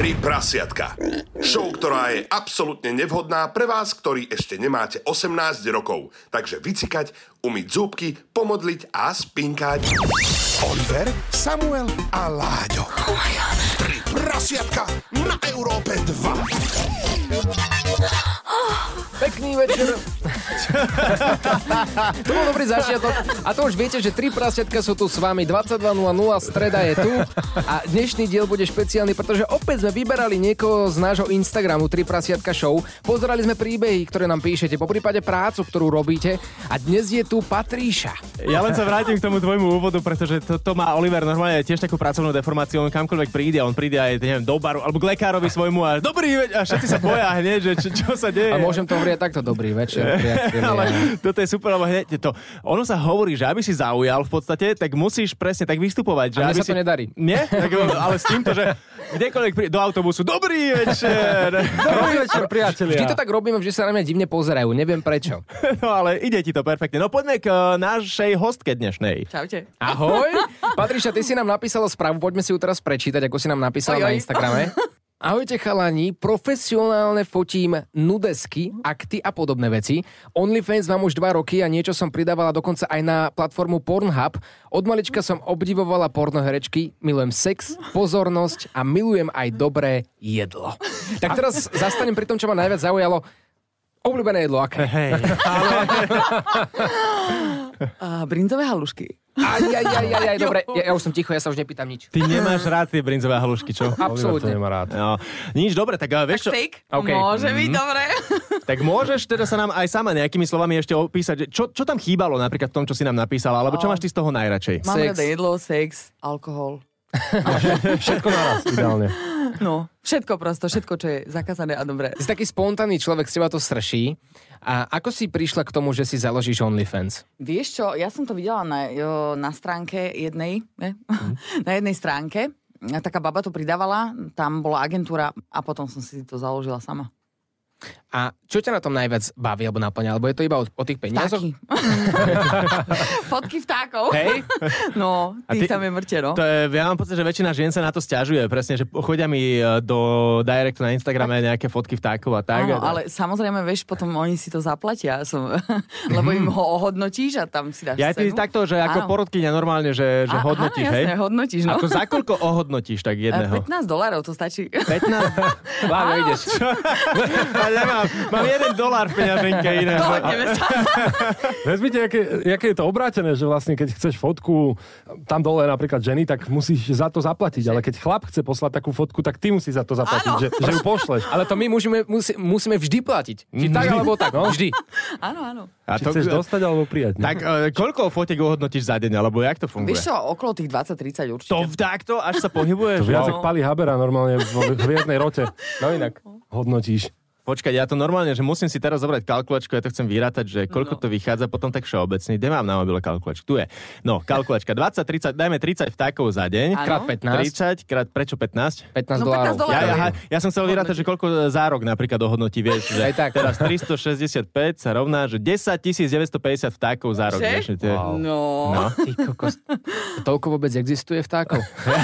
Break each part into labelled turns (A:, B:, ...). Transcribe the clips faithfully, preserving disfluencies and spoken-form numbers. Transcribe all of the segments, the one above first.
A: Tri prasiatka. Show, ktorá je absolútne nevhodná pre vás, ktorí ešte nemáte osemnásť rokov. Takže vycikať, umyť zúbky, pomodliť a spinkať. Oliver, Samuel a Láďo. Oh my God. Tri prasiatka na Európe dva.
B: Pekný večer. To bol dobrý začiatok. A to už viete, že tri prasiatka sú tu s vami. dvadsaťdva nula nula, streda je tu. A dnešný diel bude špeciálny, pretože opäť sme vyberali niekoho z nášho Instagramu tri prasiatka show. Pozerali sme príbehy, ktoré nám píšete, poprípade prácu, ktorú robíte. A dnes je tu Patríša.
C: Ja len sa vrátim k tomu tvojmu úvodu, pretože to, to má Oliver normálne tiež takú pracovnú deformáciu. On kamkoľvek príde, on príde aj neviem, do baru alebo k lekárovi svojmu a dobrý veď, a všetci sa boja hneď, že čo, čo sa deje.
B: A môžem to hovoriť takto, dobrý večer, priatelia.
C: Ale toto je super, lebo hneď to. Ono sa hovorí, že aby si zaujal v podstate, tak musíš presne tak vystupovať. Že
B: a mne
C: aby
B: sa to
C: si...
B: nedarí.
C: Nie? Tak, ale s týmto, že kdekoľvek príde do autobusu, dobrý večer.
B: Dobrý večer, priatelia. Vždy to tak robíme, že sa na mňa divne pozerajú, neviem prečo.
C: No ale ide ti to perfektne. No poďme k uh, našej hostke dnešnej.
D: Čaute.
B: Ahoj. Patríša, ty si nám napísala správu, poďme si ju teraz prečítať, ako si nám napísala
D: Oj, oj.
B: na Instagrame. Ahojte chalani, profesionálne fotím nudesky, akty a podobné veci. OnlyFans mám už dva roky a niečo som pridávala dokonca aj na platformu Pornhub. Od malička som obdivovala pornoherečky, milujem sex, pozornosť a milujem aj dobré jedlo. Tak teraz zastanem pri tom, čo ma najviac zaujalo. Obľúbené jedlo, aké?
C: Hej.
D: Uh, brinzové halušky.
B: Aj, aj, aj, aj, aj, dobre, ja, ja už som ticho, ja sa už nepýtam nič.
C: Ty nemáš rád tie brinzové halušky, čo?
B: Absolútne.
E: To nemá rád.
C: No, nič, dobre, tak uh, vieš čo?
D: Steak?
B: Okay.
D: Môže byť, dobre.
C: Tak môžeš teda sa nám aj sama nejakými slovami ešte opísať, že čo, čo tam chýbalo napríklad v tom, čo si nám napísala, alebo čo máš ty z toho najradšej?
D: Mám
B: Sex.
D: rada jedlo, sex, alkohol.
E: Všetko naraz, ideálne.
D: No, všetko prosto, všetko, čo je zakázané a dobré.
B: Si taký spontánny človek, z teba to srší. A ako si prišla k tomu, že si založíš OnlyFans?
D: Vieš čo, ja som to videla na, jo, na stránke jednej, ne? Mm. na jednej stránke. Taká baba to pridávala, tam bola agentúra a potom som si to založila sama.
B: A čo ťa na tom najviac baví alebo naplňa? Alebo je to iba o, o tých peniazoch?
D: Vtáky. Fotky vtákov.
B: Hej?
D: No, tých tam je mŕte, no.
C: To je, ja mám pocit, že väčšina žien sa na to sťažuje, presne, že chodia mi do directu na Instagrame nejaké fotky vtákov a tak.
D: Áno, ale samozrejme, vieš, potom oni si to zaplatia, som, lebo im ho ohodnotíš a tam si dáš
C: Ja ty
D: cenu.
C: takto, že ako
D: Áno.
C: porodkyňa normálne, že, že
D: Á,
C: hodnotíš,
D: áno,
C: hej?
D: jasné, hodnotíš, no.
C: Ako za koľko ohodnotíš tak jedného?
D: pätnásť dolárov, to stačí.
C: pätnásť?
B: Láďo, ideš.
C: Ja nemám, mám jeden dolár v peňaženke iné.
D: Dohodneme sa.
E: Vezmite, aké, aké je to obrátené, že vlastne keď chceš fotku tam dole napríklad ženy, tak musíš za to zaplatiť, ale keď chlap chce poslať takú fotku, tak ty musíš za to zaplatiť, že, že ju pošleš.
B: Ale to my musíme, musí, musíme vždy platiť. Či tak, alebo tak.
E: No.
B: Vždy.
D: Áno, áno.
C: A
E: Či chceš dostať alebo prijať.
C: Tak e, koľko fotiek ohodnotíš za deň, alebo jak to funguje?
D: Vieš čo, okolo tých dvadsať tridsať určite.
C: To takto, až sa pohybuješ?
E: To viac
C: No.
E: ako Pali Habera normálne v hviezdnej rote.
B: No inak.
E: Hodnotíš.
C: Počkaj, ja to normálne, že musím si teraz zobrať kalkulačku, ja to chcem vyrátať, že koľko
D: No.
C: to vychádza potom tak všeobecne. Kde mám na mobile kalkulačku? Tu je. No, kalkulačka. dvadsať, tridsať, dajme tridsať vtákov za deň.
D: Áno.
B: Krát pätnásť.
C: tridsať, krát prečo pätnásť?
B: pätnásť
D: No,
B: dolárov.
D: pätnásť dolárov.
C: Ja, ja, ja som chcel vyrátať, že koľko za rok napríklad ohodnotí, vieš, že
B: Aj tak.
C: teraz tristošesťdesiatpäť sa rovná, že desaťtisícdeväťstopäťdesiat vtákov za rok.
D: Že?
C: Vieš, to je...
E: Wow.
D: No.
C: No.
B: Ty kokos. Toľko vôbec existuje vtákov?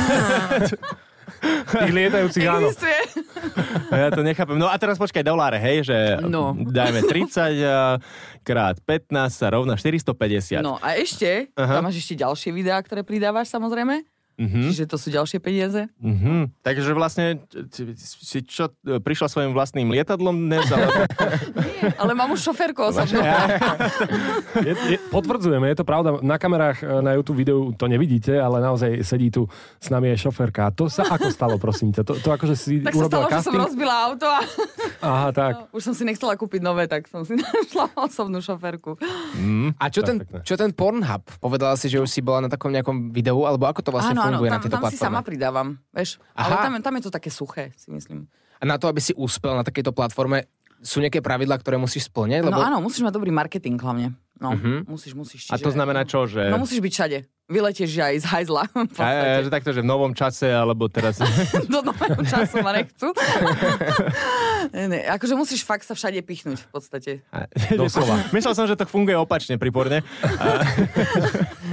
E: Tých lietajúcich áno.
D: Existuje.
C: Ja to nechápem. No a teraz počkaj, doláre, hej, že
D: No.
C: dajme tridsať krát pätnásť sa rovná štyristopäťdesiat.
D: No a ešte,
C: Aha.
D: tam máš ešte ďalšie videá, ktoré pridávaš samozrejme.
C: Mhm.
D: Čiže to sú ďalšie peniaze.
C: Mhm. Takže vlastne či- si čo, prišla svojim vlastným lietadlom dnes? Ale...
D: Ale mám už šoférku osobnú.
E: Je, je, potvrdzujeme, je to pravda. Na kamerách na YouTube videu to nevidíte, ale naozaj sedí tu s nami aj šoférka. A to sa ako stalo, prosím ťa? To, to akože si
D: Tak sa
E: urobila
D: stalo, že som
E: casting?
D: rozbila auto a
E: Aha, tak.
D: už som si nechcela kúpiť nové, tak som si našla osobnú šoférku.
B: A čo ten,
E: Perfektné.
B: čo ten Pornhub? Povedala si, že už si bola na takom nejakom videu, alebo ako to vlastne
D: Áno, áno,
B: funguje na
D: tam,
B: tejto
D: tam si sama
B: platforme?
D: pridávam, vieš.
B: Aha.
D: Ale tam, tam je to také suché, si myslím.
B: A na to, aby si úspel na takejto platforme, sú nejaké pravidlá, ktoré musíš splňať?
D: No
B: Lebo...
D: áno, musíš mať dobrý marketing hlavne. No,
B: Mhm.
D: musíš, musíš.
C: A to znamená čo, že...
D: No musíš byť všade. Vyletieš aj z hajzla. V
C: A,
D: podstate.
C: že takto, že v novom čase, alebo teraz...
D: Do nového času ma nechcú. ne, ne, akože musíš fakt sa všade pichnúť v podstate.
C: Doslova. Myslel som, že to funguje opačne pri porne. A...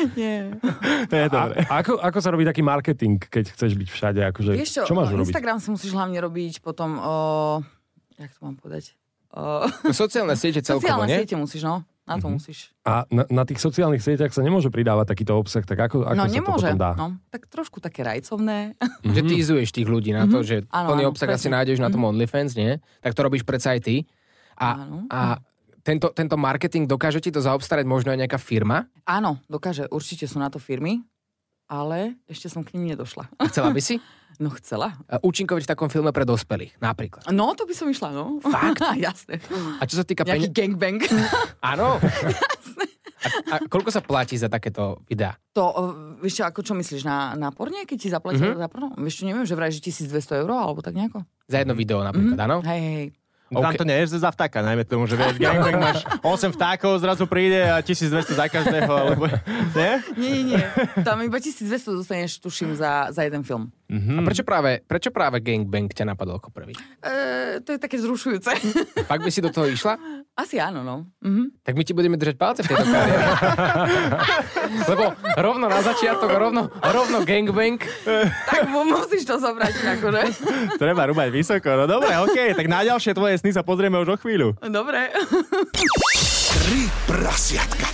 D: Nie.
C: To je dobré.
E: A ako, ako sa robí taký marketing, keď chceš byť všade? Akože,
D: Vieš čo,
E: čo máš robiť?
D: Instagram si musíš hlavne robiť potom, o, jak to mám povedať? O,
B: Sociálne siete celkovo,
D: sociálne
B: nie?
D: siete musíš, no. Na to
E: Mhm.
D: musíš.
E: A na, na tých sociálnych sieťach sa nemôže pridávať takýto obsah, tak ako, ako
D: No
E: sa
D: nemôže.
E: to potom dá?
D: No, tak trošku také rajcovné.
B: Že týzuješ tých ľudí na to, že
D: Áno,
B: plný
D: áno,
B: obsah asi
D: presne.
B: nájdeš na tom OnlyFans, nie? Tak to robíš predsa aj ty. A,
D: Áno.
B: a tento, tento marketing, dokáže ti to zaobstarať možno aj nejaká firma?
D: Áno, dokáže. Určite sú na to firmy, ale ešte som k ním nedošla.
B: Chcela by si?
D: No chcela.
B: A účinkovať v takom filme pre dospelých, napríklad.
D: No, to by som išla, no.
B: Fakt?
D: Jasné.
B: A čo sa týka
D: Nejaký
B: peni-
D: gangbang.
B: Áno. A, a koľko sa platí za takéto videá?
D: To, uh, vieš čo, ako čo myslíš, na, na porne, keď ti zaplatia
B: Mhm.
D: za porno? Vieš čo, neviem, že vraj, že tisícdvesto eur, alebo tak nejako?
B: Za jedno video napríklad, áno?
D: Hej, hej, hej.
C: Tam
B: OK.
C: to nie je za vtáka, najmä tomu, že vieš, gangbang máš osem vtákov, zrazu príde a tisícdvesto za každého, alebo... Nie?
D: Nie, nie, nie. Tam iba tisícdvesto dostaneš, tuším, za, za jeden film.
B: A prečo práve, prečo práve gangbang ťa napadol ako prvý?
D: E, to je také zrušujúce.
B: Fakt by si do toho išla?
D: Asi áno, no. Mhm.
B: Tak my ti budeme držať palce v tejto kariére. Lebo rovno na začiatok, rovno, rovno gangbang.
D: Tak mu musíš to zobrať, akože.
C: Treba rúbať vysoko. No dobre, okej, tak na ďalšie tvoje sny sa pozrieme už o chvíľu.
D: Dobre.
A: Tri prasiatka.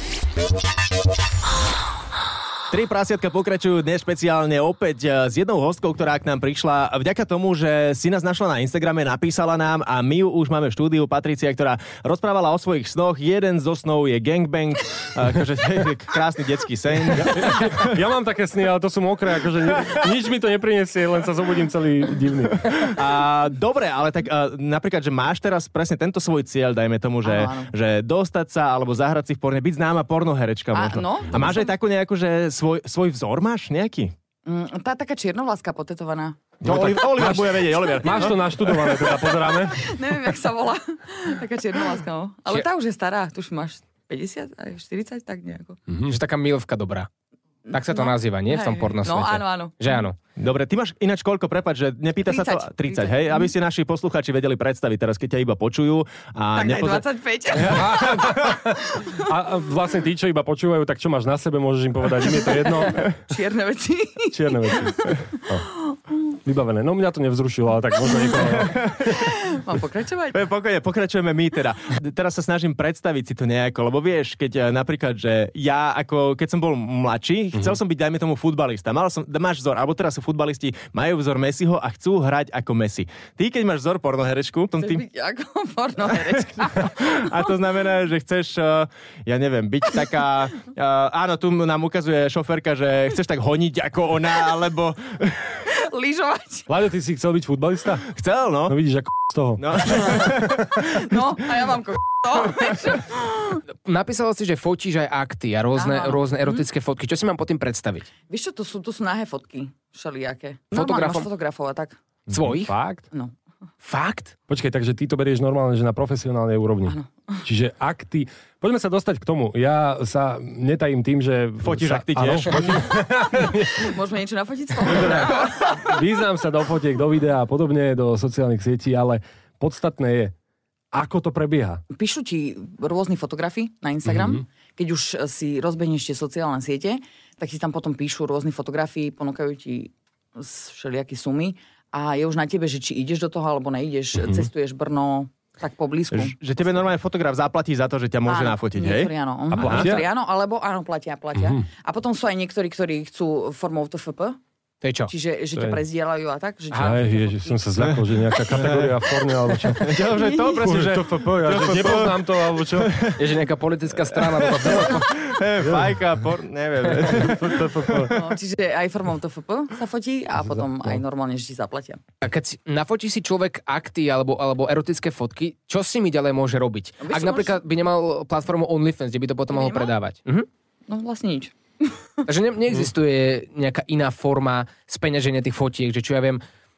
C: Tri prasiatka pokračujú dnes špeciálne opäť s jednou hostkou, ktorá k nám prišla vďaka tomu, že si nás našla na Instagrame, napísala nám a my ju už máme v štúdiu. Patricia, ktorá rozprávala o svojich snoch. Jeden zo snov je gangbang, akože krásny detský sen.
E: Ja mám také sny, ale to sú mokré, akože ni, nič mi to neprinesie, len sa zobudím celý divný.
C: A dobre, ale tak a, napríklad, že máš teraz presne tento svoj cieľ, dajme tomu, že,
D: Áno, áno.
C: že dostať sa alebo zahrať si v porne, byť známa pornoherečka
D: A,
C: možno.
D: no,
C: a máš aj takú nejakú, že svoj, svoj vzor máš nejaký?
D: Mm, tá taká čiernovláska potetovaná.
C: No, Oli- Oliver bude vedieť, Oliver.
E: Máš to naštudované, teda pozeráme.
D: Neviem, jak sa volá. Taká čiernovláska, no. Ale
B: Či-
D: tá už je stará. Tuž máš päťdesiat, aj štyridsať, tak nejako.
B: Že taká milvka dobrá. Tak sa to
D: No,
B: nazýva, nie? V tom
D: hej,
B: pornosvete.
D: no, áno, áno.
B: Že áno.
C: Dobre, ty máš ináč koľko, prepáč, že nepýta sa to...
D: tridsať,
C: tridsať,
D: tridsať.
C: hej? Aby si naši poslucháči vedeli predstaviť teraz, keď ťa iba počujú. A
D: Tak aj
C: nepoza-
D: dvadsaťpäť.
E: A, a vlastne tí, čo iba počúvajú, tak čo máš na sebe, môžeš im povedať, im je to jedno.
D: Čierne veci.
E: Čierne veci. No. Vybavené. No mňa to nevzrušilo, ale tak možno niekoho.
D: Mám pokračovať?
C: E, Pokojne, pokračujeme my teda. Teraz sa snažím predstaviť si to nejako, lebo vieš, keď e, napríklad, že ja ako, keď som bol mladší,
E: Mhm.
C: chcel som byť, dajme tomu, futbalista. Mal som, máš vzor, alebo teraz sú futbalisti, majú vzor Messiho a chcú hrať ako Messi. Ty, keď máš vzor pornoherečku, tom
D: Chceš
C: tým,
D: byť ako pornoherečka.
C: a to znamená, že chceš, e, ja neviem, byť taká, e, áno, tu nám ukazuje šoférka, že chceš tak honiť ako ona, alebo
D: Lyžovať.
E: Láďo, ty si chcel byť futbalista?
C: chcel, no.
E: No vidíš, ako z toho.
C: No.
D: No, a ja mám ko...
B: Napísala si, že fotíš aj akty a rôzne,
D: Áno.
B: rôzne erotické fotky. Čo si mám pod tým predstaviť?
D: Vieš čo, to sú, to sú nahé fotky. Všelijaké.
B: Fotografom-
D: Normálne máš fotografov a tak.
B: Svojich?
E: Fakt?
D: No.
B: Fakt?
E: Počkaj, takže ty to berieš normálne, že na profesionálnej úrovni.
D: Áno.
E: Čiže akty... Poďme sa dostať k tomu. Ja sa netajím tým, že...
C: Fotíš
E: sa,
C: akty
E: áno,
C: tiež?
E: fotím.
D: Môžeme niečo nafotiť spolu?
E: Význam sa do fotiek, do videa a podobne, do sociálnych sietí, ale podstatné je, ako to prebieha.
D: Píšu ti rôzni fotografi na Instagram. Mm-hmm. Keď už si rozbehneš tie sociálne siete, tak ti tam potom píšu rôzni fotografi, ponúkajú ti všelijaké sumy a je už na tebe, že či ideš do toho, alebo neideš, mm-hmm. cestuješ Brno, tak po blízku.
C: Že, že tebe normálne fotograf zaplatí za to, že ťa môže
D: Áno,
C: nafotiť, hej?
D: niektorí áno.
E: A
D: Mhm.
E: platia?
D: Niektorí áno, alebo áno, platia, platia. Mm-hmm. A potom sú aj niektorí, ktorí chcú formou té ef pé,
B: To je čo?
D: čiže že ťa
E: je-
D: prezdielajú a tak. Že ti-
E: Aj, ježiš, som sa zľakol, že nejaká kategória v porne, alebo čo.
C: Ja, že to presne, že...
E: T F P, ja že nepoznám to, alebo čo.
B: Je, že nejaká politická strana do toho.
C: Hej, fajka, por... neviem.
D: No, čiže aj formou té ef pé sa fotí a potom aj normálne, že ti zaplatia.
B: A keď si, nafotí si človek akty alebo, alebo erotické fotky, čo si mi ďalej môže robiť?
D: Vieš,
B: Ak
D: čo
B: napríklad by nemal platformu OnlyFans, kde by to potom
D: By
B: mohol
D: nemal?
B: predávať. Mhm.
D: No vlastne nič.
B: Takže ne, neexistuje nejaká iná forma speňaženia tých fotiek, že čo ja viem,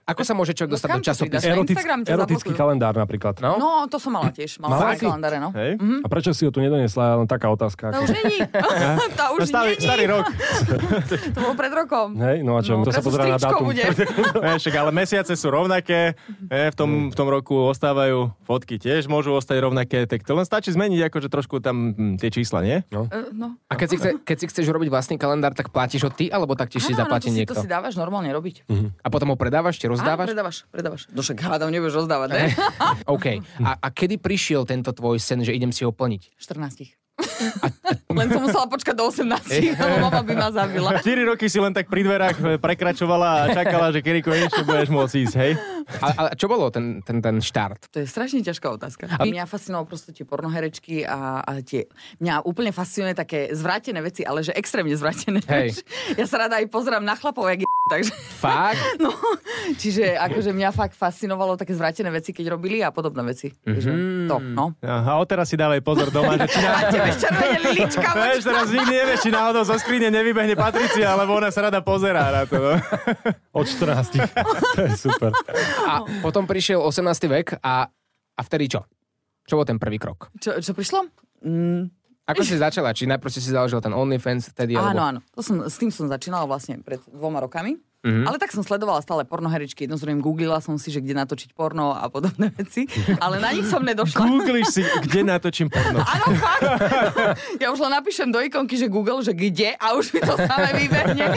B: Ako sa môže človek dostať
D: kam
B: do
D: to
B: časopisu?
D: pridáš? Na
E: Erotic,
D: Instagram ťa
E: erotický
D: zablokujú.
E: kalendár napríklad.
B: No?
D: No, to som mala tiež. Mala
E: Mala
D: som
E: si?
D: kalendáre, no.
C: Hej?
E: A prečo si ho tu nedoniesla? Len taká otázka.
D: To
E: Ako...
D: už není. To už
C: Starý,
D: není.
C: starý rok.
D: To bolo pred rokom.
E: Hej, no a čo,
D: No,
E: to sa
D: teraz už
E: pozerá na
D: tričko
E: dátum.
D: bude.
C: Vieš, však, ale mesiace sú rovnaké, e, v, tom, v tom roku ostávajú, fotky tiež môžu ostať rovnaké, tak to len stačí zmeniť akože trošku tam hm, tie čísla, nie?
E: No.
D: E, No.
B: A keď si, chce, keď si chceš robiť vlastný kalendár, tak platíš ho ty, alebo taktiež si
D: Áno, áno,
B: zaplatí
D: to si,
B: niekto?
D: to si dávaš normálne robiť.
B: A potom ho predávaš, či
D: Áno,
B: rozdávaš?
D: predávaš, predávaš. No však hádam, nebudeš rozdávať, ne?
B: OK. A, a kedy prišiel tento tvoj sen, že idem si ho plniť?
D: štrnásť. Len som musela počkať do osemnástich, lebo mama by ma zabila.
C: štyri roky si len tak pri dverách prekračovala a čakala, že kedy konečne budeš môcť ísť, hej?
B: A, ale čo bolo ten, ten, ten štart?
D: To je strašne ťažká otázka. A mňa fascinovalo proste tie pornoherečky a, a tie... Mňa úplne fascinuje také zvrátené veci, ale že extrémne zvrátené.
B: Hej.
D: Ja sa rada aj pozerám na chlapov, jak je takže...
B: Fakt?
D: No, čiže akože mňa fakt fascinovalo také zvrátené veci, keď robili a podobné veci. Takže to, no.
C: A odteraz si dávaj pozor doma, že či
D: A
C: náhodou...
D: tebe červene lilička.
C: Vieš, teraz nikdy nevieš, či náhodou zo skrine nevybehne Patricia, alebo ona sa rada pozerá na to. No.
E: Od štrnástich. To je super.
B: A potom prišiel osemnásty vek a, a vtedy čo? Čo bol ten prvý krok?
D: Čo, čo prišlo? Mm,
B: Ako si začala? Či najprv si si založil ten OnlyFans vtedy?
D: áno,
B: alebo...
D: áno. To som, s tým som začínala vlastne pred dvoma rokami.
B: Mhm.
D: Ale tak som sledovala stále pornoheričky, jednozrejme googlila som si, že kde natočiť porno a podobné veci, ale na nich som nedošla.
C: Googliš si, kde natočím porno.
D: Áno, fakt. Ja už len napíšem do ikonky, že Google, že kde a už mi to samé vybehne.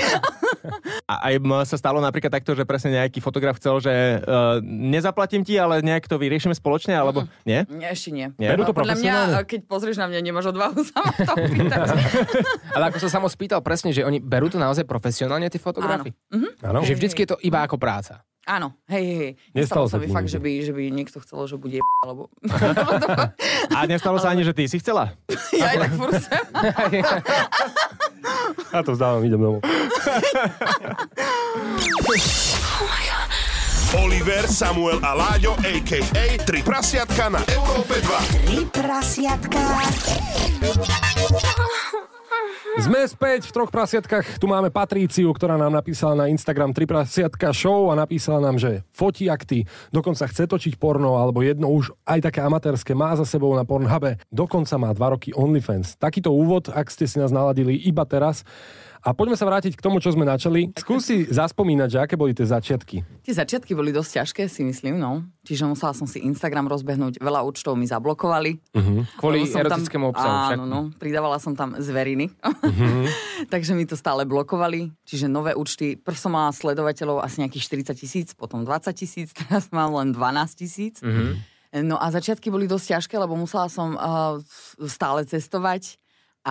C: A aj m- sa stalo napríklad takto, že presne nejaký fotograf chcel, že uh, nezaplatím ti, ale nejak to vyriešime spoločne, alebo nie?
D: Nie, ešte nie.
C: Nie?
E: Berú to
D: Podľa mňa,
E: profesionálne?
D: keď pozrieš na mňa, nemáš odvahu sa ma to pýtať.
B: Ale ako som sa mo spýtal presne, že oni berú to naozaj profesionálne, tie fotografy?
E: Áno.
B: Že vždycky je to iba ako práca.
D: Áno, hej, hej, hej.
E: Nestalo
D: Nestalo
E: sa
D: sa mi
E: ti
D: fakt,
E: nikdy.
D: že by, že by niekto chcel, že bude alebo...
C: A nestalo sa ani, že ty si chcela?
D: Ja aj tak furt chcem.
E: Ja to vzdávam, idem domov.
A: Oliver, Samuel a Láďo, á ká á Tri prasiatka na Európe dva.
F: Tri prasiatka.
E: Sme späť v Troch prasiatkách. Tu máme Patríciu, ktorá nám napísala na Instagram Tri prasiatka show a napísala nám, že fotí akty, dokonca chce točiť porno, alebo jedno už aj také amatérske má za sebou na Pornhube. Dokonca má dva roky OnlyFans. Takýto úvod, ak ste si nás naladili iba teraz. A poďme sa vrátiť k tomu, čo sme načali. Skúsi zaspomínať, že aké boli tie začiatky.
D: Tie začiatky boli dosť ťažké, si myslím, no. Čiže musela som si Instagram rozbehnúť, veľa účtov mi zablokovali.
E: Uh-huh.
B: Kvôli
D: Lebo som
B: erotickému
D: tam,
B: obsahu však.
D: Áno, no, pridávala som tam zveriny. Uh-huh. Takže mi to stále blokovali. Čiže nové účty. Prv som mala sledovateľov asi nejakých štyridsať tisíc, potom dvadsať tisíc, teraz mám len dvanásť tisíc. Uh-huh. No a začiatky boli dosť ťažké, lebo musela som uh, stále cestovať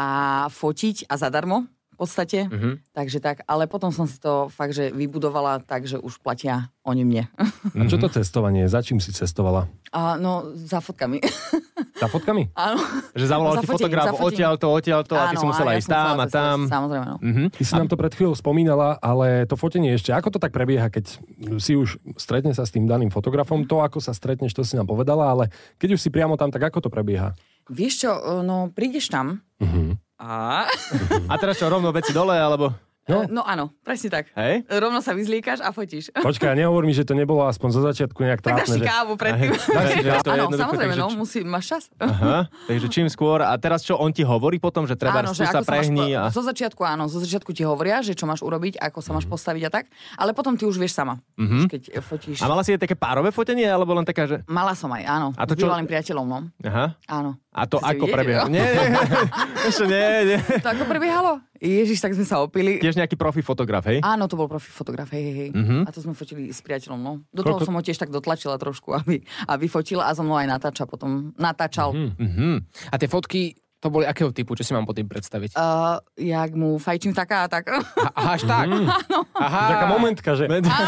D: a fotiť a zadarmo. V podstate, uh-huh. takže tak, ale potom som si to fakt, že vybudovala tak, že už platia oni mne.
E: A čo to cestovanie? Za čím si cestovala?
D: A, no, za fotkami.
E: Za fotkami?
D: Áno.
C: Že zavolal
D: Za
C: ti
D: fotením,
C: fotograf
D: za fotením.
C: odtiaľto, odtiaľto a ty
D: Áno,
C: si musela
D: ja
C: ísť
D: som
C: tam
D: musela
C: a tam.
D: cestovať, samozrejme, no.
C: Mhm.
E: Ty si nám to pred chvíľou spomínala, ale to fotenie ešte, ako to tak prebieha, keď si už stretne sa s tým daným fotografom, to ako sa stretneš, to si nám povedala, ale keď už si priamo tam, tak ako to prebieha?
D: Vieš čo, no prídeš tam
E: Uh-huh.
D: a...
C: A teraz čo, rovno veci dole, alebo...
E: No.
D: No áno, presne tak.
C: Hej?
D: Rovno sa vyzliekaš a fotíš.
E: Počkaj, nehovor mi, že to nebolo aspoň zo začiatku nejak
D: Tak dáš
E: trápne,
D: si
E: že...
D: kávu predtým.
C: Hej, to je
D: Áno,
C: jednoducho,
D: samozrejme,
C: takže
D: no,
C: č-
D: musí, máš čas.
C: Aha, takže čím skôr. A teraz čo, on ti hovorí potom, že treba
D: Áno,
C: tu
D: že
C: sa
D: ako sa máš,
C: prehní a...
D: zo začiatku áno, zo začiatku ti hovoria, že čo máš urobiť, ako sa máš postaviť a tak, ale potom ty už vieš sama,
C: Mhm.
D: už keď fotíš.
C: A mala si aj také párové fotenie, alebo len taká, že...
D: Mala som aj, áno,
C: A to
D: s
C: čo-
D: bývalým priateľom, no.
C: Aha.
D: Áno.
C: A to
D: Chcete
C: ako
D: vidieť,
C: prebieha?
D: jo?
C: Nie, nie, ešte nie, nie.
D: To ako prebiehalo? Ježiš, tak sme sa opili.
C: Tiež nejaký profi fotograf, hej?
D: Áno, to bol profi fotograf, hej, hej, hej.
C: Mhm.
D: A to sme fotili s priateľom, no. Do
E: Koľko-
D: toho som ho tiež tak dotlačila trošku, aby, aby fotila a so mnou aj natáča potom. Natáčal.
E: Mhm.
C: Mhm.
B: A tie fotky, to boli akého typu? Čo si mám pod tým predstaviť?
D: Uh, jak mu fajčím taká a tak.
B: A- Aha, až tak. Aha.
E: Taká momentka, že...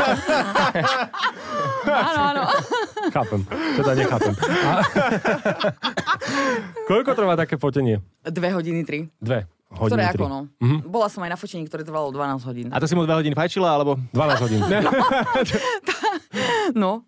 D: Áno, áno.
E: Chápem, teda nechápem. A... Koľko trvá také fotenie?
D: Dve hodiny, tri.
E: Dve hodiny,
D: Ktoré
E: tri.
D: ako, no.
E: Mhm.
D: Bola som aj na fotení, ktoré trvalo dvanásť hodín.
C: A to si mu dve hodiny fajčila, alebo...
E: dvanásť hodín.
D: No.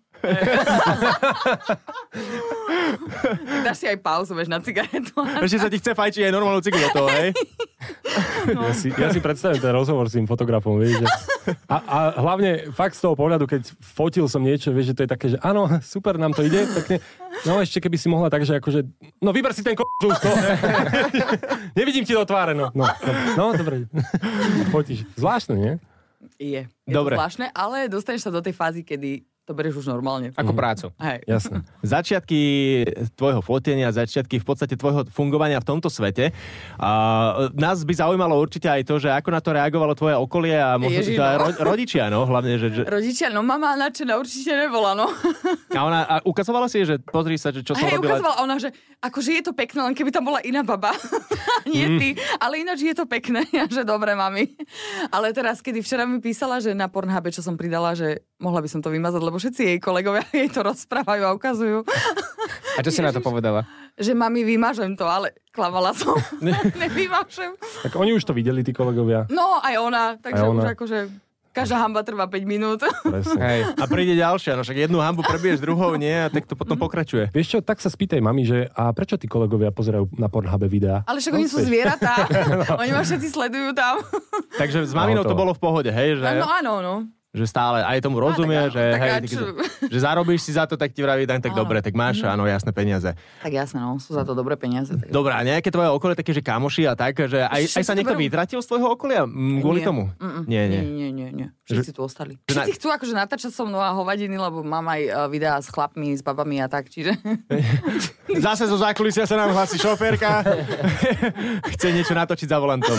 D: Dáš si aj pauzu, vieš, na cigaretu.
C: Ešte sa ti chce fajčiť aj normálnu cigu do toho, hej?
E: No. Ja, si, ja si predstavím ten rozhovor s tým fotografom, vieš, že... A, a hlavne fakt z toho pohľadu, keď fotil som niečo, vieš, že to je také, že áno, super, nám to ide, pekne. No ešte keby si mohla tak, že akože, no vyber si ten k*** z úst, no. Nevidím ti do tváre, no. No, no, no dobre. Fotíš. Zvláštne, nie?
D: Je. Je
C: Dobre.
D: to zvláštne, ale dostaneš sa do tej fázy, kedy to bereš už normálne.
B: Ako prácu.
D: Hej.
E: Jasné.
C: Začiatky tvojho fotenia, začiatky v podstate tvojho fungovania v tomto svete. A nás by zaujímalo určite aj to, že ako na to reagovalo tvoje okolie a možno
D: Ježiš,
C: to aj
D: no.
C: ro- rodičia, no, hlavne, že... že...
D: Rodičia, no mama nadšená určite nebola, no.
C: A ona a ukazovala si, že pozri sa, že čo som
D: Hej,
C: robila.
D: ukazovala ona, že akože je to pekné, len keby tam bola iná baba. Nie ty, ale ináč je to pekné. Ja, že dobre, mami. Ale teraz, kedy včera mi písala, že na Pornhube, čo som pridala, že mohla by som to vymazať, lebo všetci jej kolegovia jej to rozprávajú a ukazujú.
B: A čo si na to povedala?
D: Že mami, vymažem to, ale klamala som. Nevymažem.
E: Tak oni už to videli, tí kolegovia.
D: No, aj ona. Takže
E: Aj ona.
D: už akože každá hamba trvá päť minút.
E: Presne.
B: Hej.
C: A príde ďalšia, no však jednu hambu prebiješ druhou, nie? A tak to potom pokračuje.
E: Vieš čo, tak sa spýtaj mami, že a prečo tí kolegovia pozerajú na Pornhube videá?
D: Ale však oni sú zvieratá. Oni ma všetci sledujú tam.
C: Takže s maminou
E: No,
C: to
E: to-
C: bolo v pohode, hej? Že...
D: No áno, no.
C: Že stále aj tomu rozumie,
D: tak áno,
C: že,
D: tak
C: hej,
D: a
C: tak,
D: čo?
C: že, že zarobíš si za to, tak ti vraví, tak, tak
D: Áno.
C: dobre, tak máš, áno, jasné peniaze.
D: Tak jasné, no. Sú za to dobré peniaze. Tak...
C: Dobre, a nejaké tvoje okolie také, že kamoši a tak, že aj,
D: Všetci
C: aj sa
D: to
C: niekto
D: berú.
C: vytratil z tvojho okolia mm, kvôli
D: Nie.
C: tomu?
D: Mm-mm.
C: Nie, nie.
D: Nie, nie, nie, nie. Všetci tu ostali.
C: Že na-
D: Všetci chcú akože natáčať so mnou a hovadiny, lebo mám aj uh, videá s chlapmi, s babami a tak, čiže...
C: Zase zo zákulisia sa nám hlasí šoférka. Chce niečo natočiť za volantom.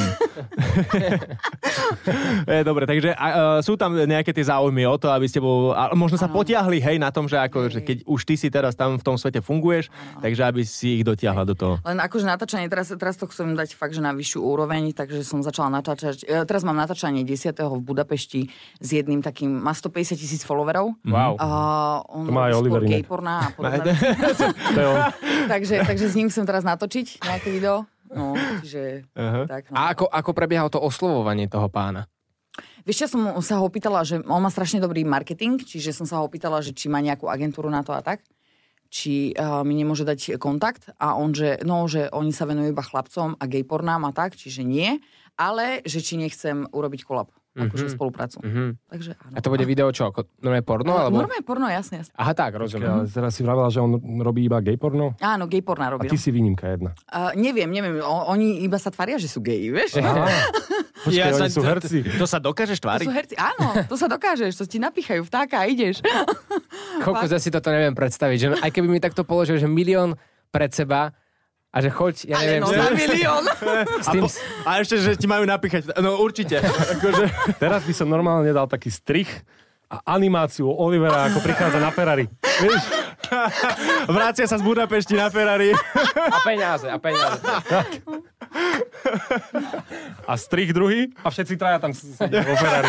C: e, dobre, takže a, uh, sú tam nejaké tie záujmy o to, aby ste bol, a možno sa potiahli, hej, na tom, že ako, že keď už ty si teraz tam v tom svete funguješ, takže aby si ich dotiahla do toho.
D: Len akože natáčanie, teraz, teraz to chcem dať fakt, že na vyššiu úroveň, takže som začala natáčať. e, Teraz mám natáčanie desiateho v Budapešti s jedným takým, má stopäťdesiat tisíc followerov.
B: Wow.
D: A on
E: To má aj
D: robí
E: Oliver
D: skôr
E: inak.
D: gay porná a podobné.
E: To je on.
D: takže, takže s ním chcem teraz natočiť nejaké video. No, čiže
C: Aha.
D: tak. No.
B: A ako, ako prebiehalo to oslovovanie toho pána?
D: Vieš, ja som sa ho opýtala, že on má strašne dobrý marketing, čiže som sa ho opýtala, že či má nejakú agentúru na to a tak. Či uh, mi nemôže dať kontakt. A on, že no, že oni sa venujú iba chlapcom a gay pornám a tak, čiže nie. Ale, že či nechcem urobiť kolab. Akože
B: Mhm.
D: spoluprácu.
B: Mhm.
D: Takže áno.
B: A to bude video čo? Ako normálne porno? Alebo...
D: Normálne porno, jasne, jasne.
B: Aha, tak, rozumiem.
E: Ale teraz si vravela, že on robí iba gay porno?
D: Áno, gay porná
E: A
D: robí.
E: ty si výnimka jedna.
D: Uh, neviem, neviem. O, oni iba sa tvária, že sú geji, vieš?
E: Aha. Počkaj,
C: Ja
E: oni
C: sa-
E: sú herci.
C: To sa dokážeš
D: To
C: tváriť?
D: sú herci. Áno, to sa dokážeš. To ti napíchajú vtáka a ideš.
B: Koľko ja si toto neviem predstaviť. Že aj keby mi takto položil, že milión pred seba a že choď, ja
D: Ale
B: neviem,
D: no
B: s,
D: za milión.
B: s tým...
C: A ešte, že ti majú napíchať. No určite. Akože...
E: Teraz by som normálne dal taký strich a animáciu Olivera, ako prichádza na Ferrari. Vieš?
C: Vracia sa z Budapešti na Ferrari.
B: A peniaze, a peniaze.
E: A strich druhý a všetci traja tam sedia vo Ferrari.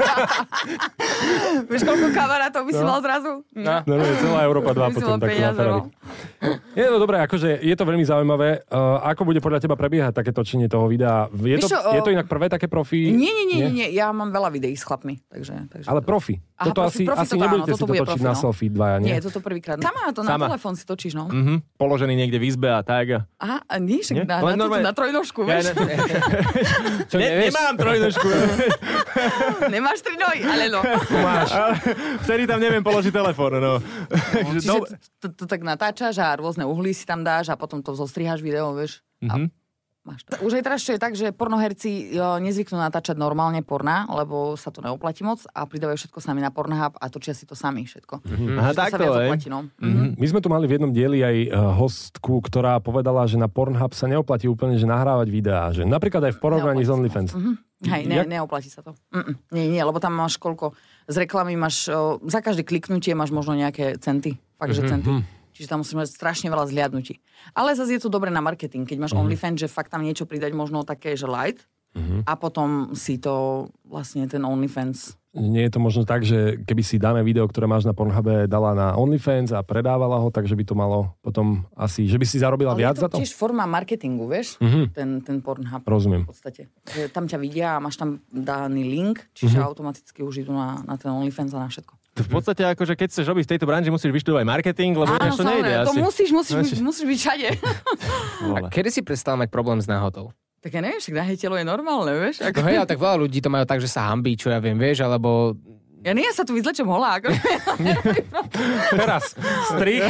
D: Vieš, koľko kamarátov by si mal zrazu?
B: No.
E: Normálne celá Európa dva
D: By si
E: potom
D: mal
E: takto na
D: peniaze,
E: Ferrari.
D: no.
E: Je to dobré, akože je to veľmi zaujímavé. Uh, ako bude podľa teba prebiehať také točenie toho videa? Je to,
D: Vieš čo,
E: je to
D: o-
E: inak prvé také profi?
D: Nie, nie, nie, nie, nie. Ja mám veľa videí s chlapmi. Takže, takže
E: Ale profi.
D: Aha,
E: toto
D: profi,
E: asi,
D: profi
E: asi
D: toto
E: nebudete
D: áno,
E: si
D: toto
E: to
D: bude
E: točiť
D: profi,
E: na
D: no.
E: selfie dvaja, nie?
D: Nie, toto prvýkrát. Sama to na
C: Sama.
D: telefón si točíš, no.
C: Mhm. Položený niekde v izbe a tak.
D: Aha, a nie, však
C: Nie?
D: na,
C: Len
D: na,
C: normálne-
D: na trojnožku,
C: Ja,
D: vieš.
C: ne,
B: Čo
C: ne,
B: nevieš?
C: nemám trojnožku.
D: Nemáš tri nohy, ale no.
C: Máš. Vtedy tam neviem položiť telefón. No.
D: no
C: Takže
D: čiže
C: do-
D: to, to, to tak natáčaš a rôzne uhly si tam dáš a potom to zostriháš video, vieš. A
C: Mhm.
D: máš to. Už aj teraz, čo je tak, že pornoherci jo, nezvyknú natáčať normálne porna, lebo sa to neoplatí moc a pridávajú všetko sami na Pornhub a točia si to sami všetko.
C: Aha,
D: Že to sa
C: takto,
D: viac
C: hej.
D: oplatí, no.
E: Mhm. My sme tu mali v jednom dieli aj eh, hostku, ktorá povedala, že na Pornhub sa neoplatí úplne že nahrávať videá. Že napríklad aj v porovnaní s
D: Neoplatí sa.
E: OnlyFans.
D: Mhm. Hej, ne,
E: Jak-
D: neoplatí sa to. Mm-mm. Nie, nie, lebo tam máš koľko, z reklamy máš, o, za každé kliknutie máš možno nejaké centy. Fakt, že centy. Čiže tam musíš mať strašne veľa zliadnutí. Ale zase je to dobre na marketing, keď máš OnlyFans, že fakt tam niečo pridať možno také, že light a potom si to vlastne ten OnlyFans.
E: Nie je to možno tak, že keby si dané video, ktoré máš na Pornhube, dala na OnlyFans a predávala ho, takže by to malo potom asi, že by si zarobila
D: Ale
E: viac
D: je
E: za
D: to
E: to?
D: tiež forma marketingu, vieš?
E: Mhm.
D: Ten, ten Pornhub.
E: Rozumiem.
D: V podstate. Že tam ťa vidia a máš tam daný link, čiže
E: Mhm.
D: automaticky už idú na, na ten OnlyFans a na všetko.
C: V podstate, akože keď chceš robiť v tejto branži, musíš vyštudovať marketing, lebo
D: Áno,
C: ináč to nejde
D: samozrejme, to
C: asi.
D: musíš, musíš,
C: Musíš.
D: musíš byť všade.
B: A kedy si prestal mať problém s náhotou?
D: Tak ja neviem, však nahé telo je normálne, vieš?
B: No hej, ale tak veľa ľudí to majú tak, že sa hambí, čo ja viem, vieš, alebo...
D: Ja nie, ja sa tu vyzlečem holá. Ako...
E: Teraz, strich.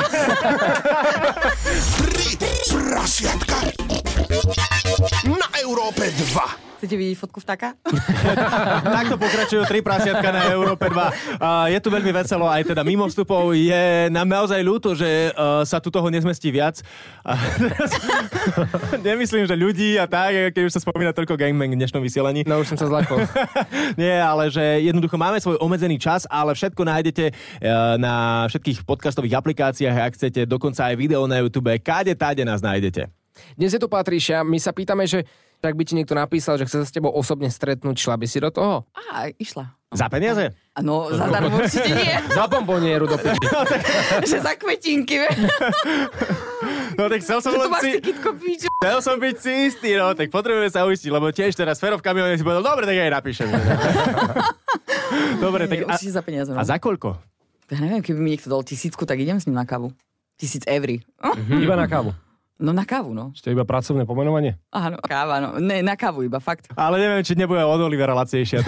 A: Tri prasiatka na Európe dva.
D: Chcete vidieť fotku vtáka?
C: Takto pokračujú tri prasiatka na Európe dva. Uh, je tu veľmi veselo, aj teda mimo vstupov. Je nám naozaj ľúto, že uh, sa tu toho nezmestí viac. Uh, nemyslím, že ľudí a tak, keď už sa spomína toľko gangbang v dnešnom vysielaní.
B: No už som sa zlakol.
C: Nie, ale že jednoducho máme svoj obmedzený čas, ale všetko nájdete uh, na všetkých podcastových aplikáciách, ak chcete, dokonca aj video na YouTube. Káde, táde nás nájdete.
B: Dnes je tu Patricia, my sa pýtame, že tak by ti niekto napísal, že chce sa s tebou osobne stretnúť, šla by si do toho?
D: Á, išla.
C: Za peniaze?
D: No, zadarmo určite nie.
B: Za bombonieru do piči.
D: Že za kvetinky, vieš.
C: No tak chcel som
D: Že
C: len
D: to máš
C: si...
D: ty kytko píču.
C: Chcel som byť si istý, no, tak potrebujeme sa uistiť, lebo tiež teraz Fero v kamióne si povedal, dobre, tak aj napíšem. Dobre, tak...
D: Nie, určite za peniaze.
C: A za koľko?
D: Ja neviem, keby mi niekto dal tisícku, tak idem s ním na kávu. Tisíc eurí.
E: Iba na kávu.
D: No na kávu, no.
E: Čiže to je iba pracovné pomenovanie?
D: Áno, káva, no. Ne, na kávu iba, fakt.
C: Ale neviem, či nebude od Olivera lacnejšia.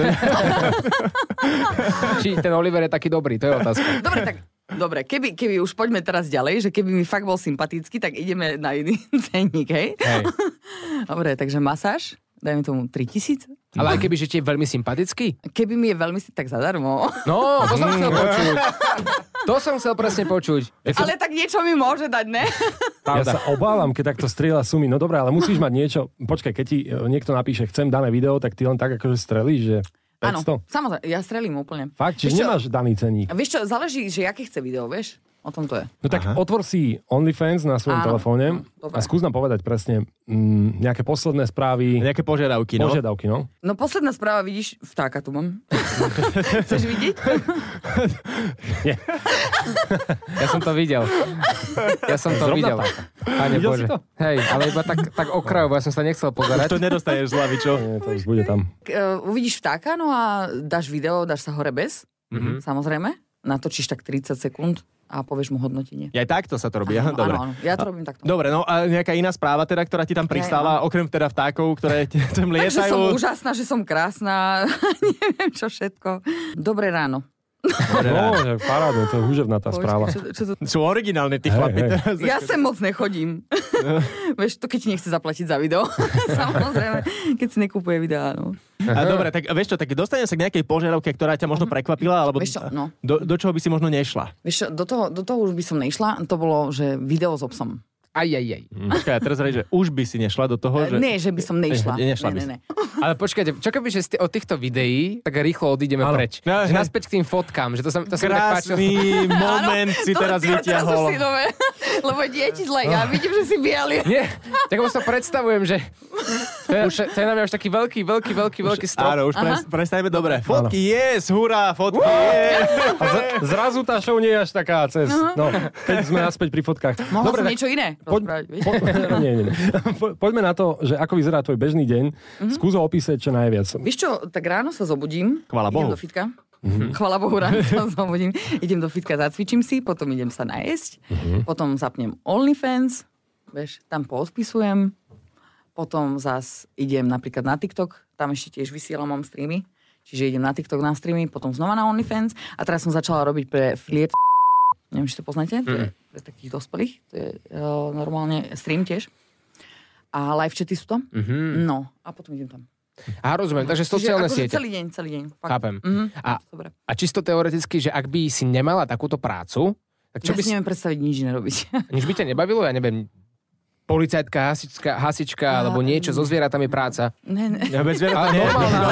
B: Či ten Oliver je taký dobrý, to je otázka.
D: Dobre, tak dobre, keby, keby už poďme teraz ďalej, že keby mi fakt bol sympatický, tak ideme na iný cenník, hej?
B: Hej.
D: Dobre, takže masáž, dajme tomu tritisíc.
B: Ale aj keby, že ti je veľmi sympatický?
D: Keby mi je veľmi si tak zadarmo.
B: No, to som chcel počuť. To som chcel presne počuť.
D: Ale tak niečo mi môže dať, ne?
E: Ja sa obávam, keď takto strieľa sumy. No dobré, ale musíš mať niečo. Počkaj, keď ti niekto napíše, chcem dané video, tak ty len tak akože strelíš, že
D: Áno,
E: päťsto?
D: samozrejme, ja strelím úplne.
E: Fakt, čiže
D: Vieš čo?
E: nemáš daný cenník.
D: A vieš čo, záleží, že aké chce video, vieš? O tom to je.
E: No tak
C: Aha.
E: otvor si OnlyFans na svojom
D: Áno,
E: telefóne
D: dobre.
E: a skús nám povedať presne mm, nejaké posledné správy,
C: Nejaké požiadavky, no?
E: požiadavky, no?
D: No posledná správa, vidíš, vtáka tu mám. Chceš vidieť?
B: Ja som to videl. Ja som to
E: Zrovna
B: videl.
E: tak.
B: Pane
E: Videl
B: Bože.
E: si to?
B: Hej, ale iba tak, tak okrajovo, ja som sa nechcel
C: Už
B: pozerať.
C: to nedostaneš zľavy, čo?
E: Nie, to už bude tam.
D: Uh, uvidíš vtáka, no a dáš video, dáš sa hore bez, mm-hmm. samozrejme. Natočíš tak tridsať sekúnd a povieš mu hodnotenie.
C: Ja aj takto sa to robí, aha,
D: Áno,
C: dobre.
D: áno, ja to robím takto.
C: Dobre, no a nejaká iná správa teda, ktorá ti tam pristála, okrem teda vtákov, ktoré ti tam
D: Takže som
C: lietajú.
D: úžasná, že som krásna, neviem čo všetko. Dobré ráno.
E: No, že parádne, to je húževná tá správa.
D: Čo, čo to...
C: Sú originálne tí
E: Hej,
C: chlapi.
E: hej.
C: teraz.
D: Ja sem moc nechodím. Vieš, to keď ti nechce zaplatiť za video. Samozrejme, keď si nekúpuje videá, no.
C: A dobre, tak vieš čo, tak dostane sa k nejakej požiadavke, ktorá ťa možno prekvapila, alebo
D: Vieš čo, no.
C: do, do čoho by si možno nešla?
D: Vieš čo, do toho, do toho už by som nešla. To bolo, že video s obsom.
B: Aj, aj, aj.
C: Počkaj, ja teraz reč, že už by si nešla do toho, že...
D: Nie, že by som nešla.
C: Ne, nešla
D: ne,
C: by
D: ne,
C: si.
D: ne.
B: Ale počkajte, čo keby, že z t- od týchto videí tak rýchlo odídeme
E: Áno.
B: preč.
C: No,
B: Že
C: hej.
B: naspäť k tým fotkám, že to sa, to sa mi tak páčilo.
C: Krásny moment si
D: To-
C: teraz
D: to-
C: vyťahol.
D: Teraz už si nové, lebo je ti zle. Ja vidím, že si biely.
B: Nie, tak už sa predstavujem, že to je, už, to je na mňa už taký veľký, veľký, veľký, veľký strop.
C: Áno, už pres, prestajme dobre. Fotky, yes, hurá, fotky, yes.
E: A z, zrazu tá show nie je až taká cez. No, keď sme naspäť pri fotkách.
D: Mohol
E: Dobre,
D: som
E: tak
D: niečo iné
E: poď,
D: rozprávať, vieš?
E: po, nie, nie, nie. Po, poďme na to, že ako vyzerá tvoj bežný deň. Mm-hmm. Skús ho opísať čo najviac.
D: Vieš čo, tak ráno sa zobudím.
C: Chvála
D: idem
C: Bohu.
D: do fitka. Mm-hmm. Chvála Bohu, ráno sa zobudím. Idem do fitka, zacvičím si, potom idem sa najesť. Mm-hmm. Potom zapnem OnlyFans, vieš, tam poodpisujem. Potom zas idem napríklad na TikTok, tam ešte tiež vysielam, mám streamy. Čiže idem na TikTok na streamy, potom znova na OnlyFans. A teraz som začala robiť pre Fliet. Neviem, či to poznáte, to je pre takých dospelých. To je uh, normálne stream tiež. A live chaty sú tam.
B: Mhm.
D: No, a potom idem tam.
B: Á, rozumiem, takže sociálne
D: Čiže akože
B: siete.
D: celý deň, celý deň. Fakt.
B: Chápem.
D: Mhm.
B: A,
D: Dobre.
B: a čisto teoreticky, že ak by si nemala takúto prácu, tak čo
D: Ja
B: by
D: si
B: si...
D: neviem predstaviť nič iné robiť.
B: Nič by ťa nebavilo? Ja neviem, policajtka, hasička, hasička alebo niečo so zvieratami práca.
D: ne, ne.
C: Ja bez zvieratá
B: Ale
C: nie.
B: normálna,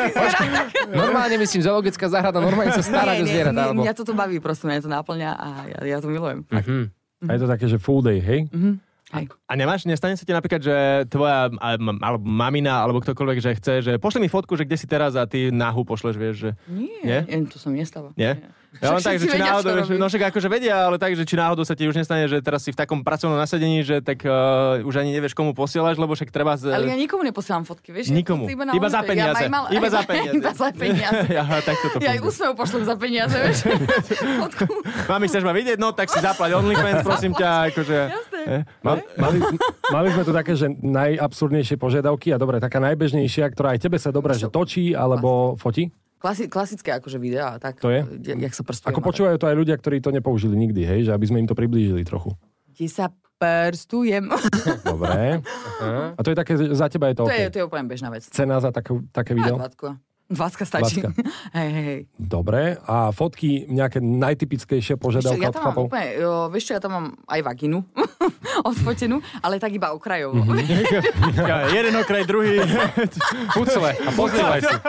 B: normálne myslím, zoologická záhrada, normálne sa starať o
D: nie, nie,
B: zvieratá.
D: nie,
B: Alebo...
D: mňa toto baví, proste mňa to náplňa a ja, ja to milujem.
B: Mhm.
E: A je to také, že full day, hej?
D: Hej.
C: A nemáš, nestane sa ti napríklad, že tvoja a- m- alebo mamina, alebo ktokoľvek, že chce, že pošli mi fotku, že kde si teraz a ty nahu pošleš, vieš, že...
D: Nie,
C: Nie?
D: nie? to sa mi nestáva.
C: Nie? Ja len
D: Však
C: tak, že
D: všetci
C: či
D: vedia,
C: náhodou,
D: čo
C: že,
D: robím.
C: no však akože vedia, ale tak, že či náhodou sa ti už nestane, že teraz si v takom pracovnom nasadení, že tak uh, už ani nevieš, komu posielaš, lebo však treba... Z...
D: Ale ja nikomu neposielam fotky, vieš?
C: Nikomu.
D: Ja to na
C: Iba za
D: OnlyFans.
C: peniaze.
D: Ja aj mal-
C: Iba za
D: aj-
C: peniaze.
D: Iba za peniaze.
C: Ja, tak toto
D: Ja aj
C: funguje.
D: úsmev pošlem za peniaze, vieš? Fotku.
C: Mami, chceš ma vidieť? No, tak si zaplať OnlyFans, prosím ťa, akože...
D: Jasné,
E: Mali, mali, mali sme tu také, že najabsurdnejšie požiadavky a dobre, taká najbežnejšia, ktorá aj tebe sa dobre, že točí alebo fotí?
D: Klasi- klasické akože videá, tak.
E: To je?
D: Jak sa prstuje.
E: Ako počúvajú to aj ľudia, ktorí to nepoužili nikdy, hej? Že aby sme im to priblížili trochu.
D: Kde sa prstujem.
E: Dobre. A to je také, za teba je to,
D: To
E: OK.
D: je, to je úplne bežná vec.
E: Cena za také, také video?
D: dvacka. Dvacka stačí.
E: Dvacka.
D: Hej, hej, hej.
E: Dobre. A fotky, nejaké najtypickejšie
D: Vieš čo,
E: požiadavky
D: ja
E: od
D: tam mám
E: chlapov?
D: úplne, jo, vieš čo, ja tam mám aj vaginu odfotenú, ale tak iba okrajovo.
C: Ja, jeden okraj, druhý.
E: Pucle a pozrievaj si.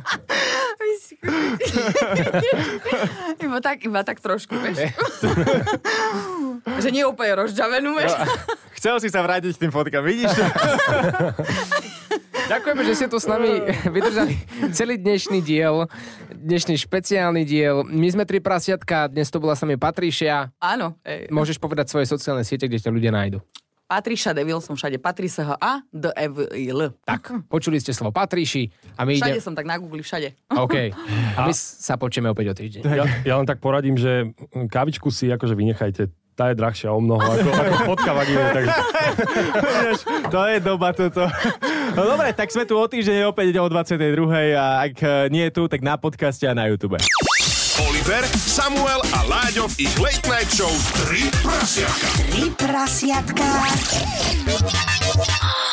D: iba tak, iba tak trošku, vieš. Že nie úplne rozžavenú, vieš.
C: Chcel si sa vrátiť k tým fotkám, vidíš to?
B: Ďakujeme, že ste tu s nami vydržali celý dnešný diel, dnešný špeciálny diel. My sme tri prasiatka, dnes to bola s nami Patricia.
D: Áno. Ej.
B: Môžeš povedať svoje sociálne siete, kde ťa ľudia nájdu.
D: Patricia Devil som všade. Patricia a D E V I L.
B: Tak, počuli ste slovo Patriši a my
D: Všade
B: ide...
D: som tak na Google, všade.
B: OK. A my sa počujeme opäť o týždeň.
E: Ja, ja len tak poradím, že kávičku si akože vynechajte. Tá je drahšia o mnoho, ako, ako fotka vagíny. Takže...
C: To je doba toto. No dobre, tak sme tu o týždeň opäť o dvadsiatej druhej a ak nie je tu, tak na podcaste a na YouTube.
A: Oliver, Samuel a Láďo v ich Late Night Show tri prasiatka.
F: Tri prasiatka.